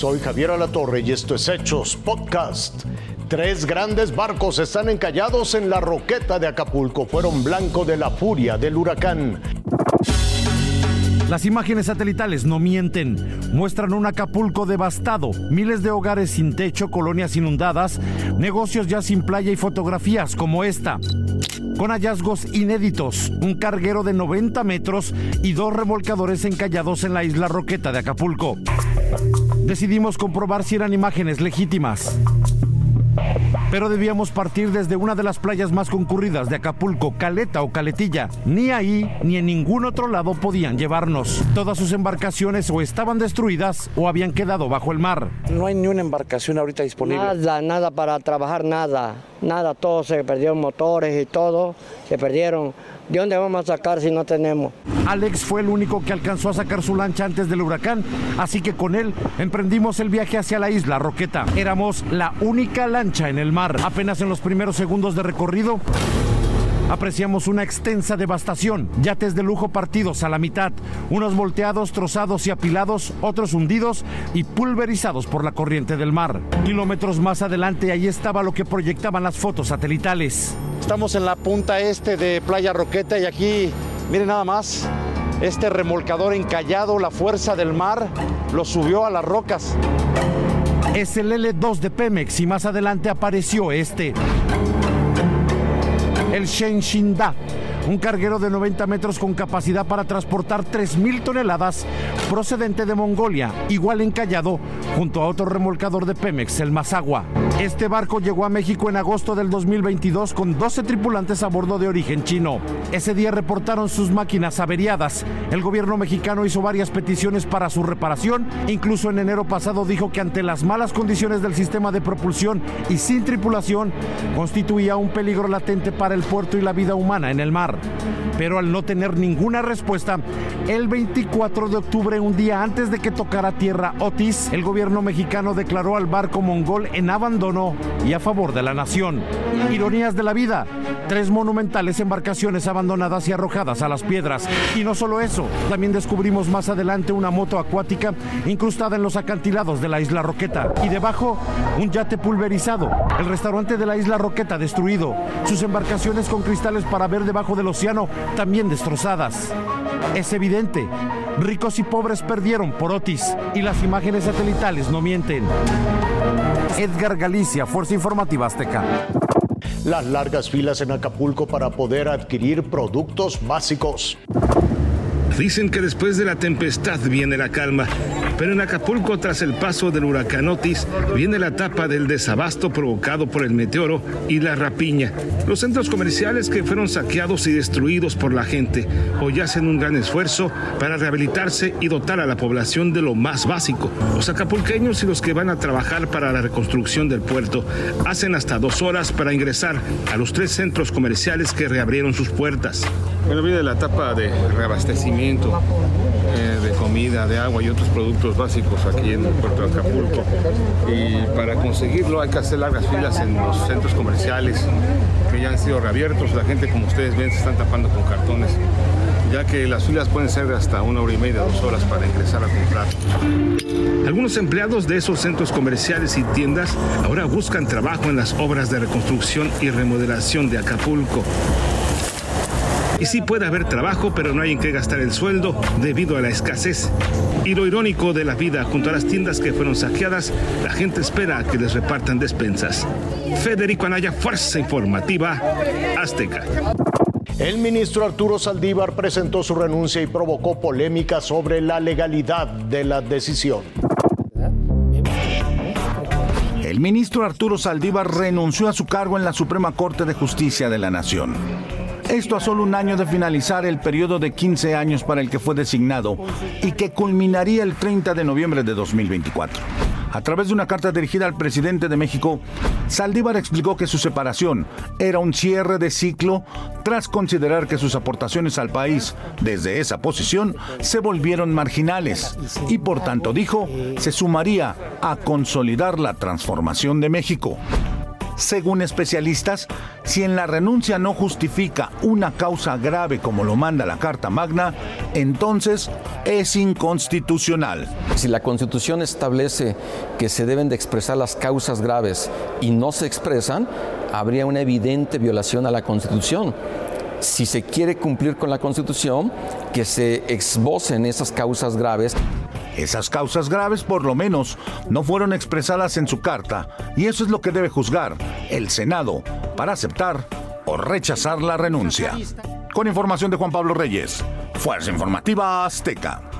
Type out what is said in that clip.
Soy Javier Alatorre y esto es Hechos Podcast. 3 grandes barcos están encallados en la Roqueta de Acapulco. Fueron blanco de la furia del huracán. Las imágenes satelitales no mienten. Muestran un Acapulco devastado, miles de hogares sin techo, colonias inundadas, negocios ya sin playa y fotografías como esta. Con hallazgos inéditos, un carguero de 90 metros y 2 remolcadores encallados en la isla Roqueta de Acapulco. Decidimos comprobar si eran imágenes legítimas. Pero debíamos partir desde una de las playas más concurridas de Acapulco, Caleta o Caletilla. Ni ahí ni en ningún otro lado podían llevarnos. Todas sus embarcaciones o estaban destruidas o habían quedado bajo el mar. No hay ni una embarcación ahorita disponible. Nada para trabajar, nada, todo se perdió, motores y todo se perdieron. ¿De dónde vamos a sacar si no tenemos? Alex fue el único que alcanzó a sacar su lancha antes del huracán, así que con él emprendimos el viaje hacia la isla Roqueta. Éramos la única lancha en el mar. Apenas en los primeros segundos de recorrido apreciamos una extensa devastación, yates de lujo partidos a la mitad, unos volteados, trozados y apilados, otros hundidos y pulverizados por la corriente del mar. Kilómetros más adelante, ahí estaba lo que proyectaban las fotos satelitales. Estamos en la punta este de Playa Roqueta y aquí, miren nada más, este remolcador encallado, la fuerza del mar lo subió a las rocas. Es el L2 de Pemex y más adelante apareció este. El Shenshinda, un carguero de 90 metros con capacidad para transportar 3,000 toneladas procedente de Mongolia, igual encallado junto a otro remolcador de Pemex, el Mazagua. Este barco llegó a México en agosto del 2022 con 12 tripulantes a bordo de origen chino. Ese día reportaron sus máquinas averiadas. El gobierno mexicano hizo varias peticiones para su reparación. Incluso en enero pasado dijo que ante las malas condiciones del sistema de propulsión y sin tripulación, constituía un peligro latente para el puerto y la vida humana en el mar. Pero al no tener ninguna respuesta, el 24 de octubre, un día antes de que tocara tierra Otis, el gobierno mexicano declaró al barco mongol en abandono y a favor de la nación. Ironías de la vida, 3 monumentales embarcaciones abandonadas y arrojadas a las piedras. Y no solo eso, también descubrimos más adelante una moto acuática incrustada en los acantilados de la isla Roqueta. Y debajo, un yate pulverizado, el restaurante de la isla Roqueta destruido, sus embarcaciones con cristales para ver debajo del océano también destrozadas. Es evidente, ricos y pobres perdieron por Otis y las imágenes satelitales no mienten. Edgar Galicia, Fuerza Informativa Azteca. Las largas filas en Acapulco para poder adquirir productos básicos. Dicen que después de la tempestad viene la calma, pero en Acapulco, tras el paso del huracán Otis, viene la etapa del desabasto provocado por el meteoro y la rapiña. Los centros comerciales que fueron saqueados y destruidos por la gente hoy hacen un gran esfuerzo para rehabilitarse y dotar a la población de lo más básico. Los acapulqueños y los que van a trabajar para la reconstrucción del puerto hacen hasta 2 horas para ingresar a los 3 centros comerciales que reabrieron sus puertas. Bueno, viene la etapa de reabastecimiento de comida, de agua y otros productos básicos aquí en el puerto de Acapulco. Y para conseguirlo hay que hacer largas filas en los centros comerciales que ya han sido reabiertos. La gente, como ustedes ven, se están tapando con cartones, ya que las filas pueden ser de hasta 1 hora y media, 2 horas para ingresar a comprar. Algunos empleados de esos centros comerciales y tiendas ahora buscan trabajo en las obras de reconstrucción y remodelación de Acapulco. Y sí puede haber trabajo, pero no hay en qué gastar el sueldo debido a la escasez. Y lo irónico de la vida, junto a las tiendas que fueron saqueadas, la gente espera a que les repartan despensas. Federico Anaya, Fuerza Informativa Azteca. El ministro Arturo Saldívar presentó su renuncia y provocó polémica sobre la legalidad de la decisión. El ministro Arturo Saldívar renunció a su cargo en la Suprema Corte de Justicia de la Nación. Esto a solo un año de finalizar el periodo de 15 años para el que fue designado y que culminaría el 30 de noviembre de 2024. A través de una carta dirigida al presidente de México, Saldívar explicó que su separación era un cierre de ciclo tras considerar que sus aportaciones al país desde esa posición se volvieron marginales y por tanto, dijo, se sumaría a consolidar la transformación de México. Según especialistas, si en la renuncia no justifica una causa grave como lo manda la Carta Magna, entonces es inconstitucional. Si la Constitución establece que se deben de expresar las causas graves y no se expresan, habría una evidente violación a la Constitución. Si se quiere cumplir con la Constitución, que se esbocen esas causas graves. Esas causas graves, por lo menos, no fueron expresadas en su carta, y eso es lo que debe juzgar el Senado para aceptar o rechazar la renuncia. Con información de Juan Pablo Reyes, Fuerza Informativa Azteca.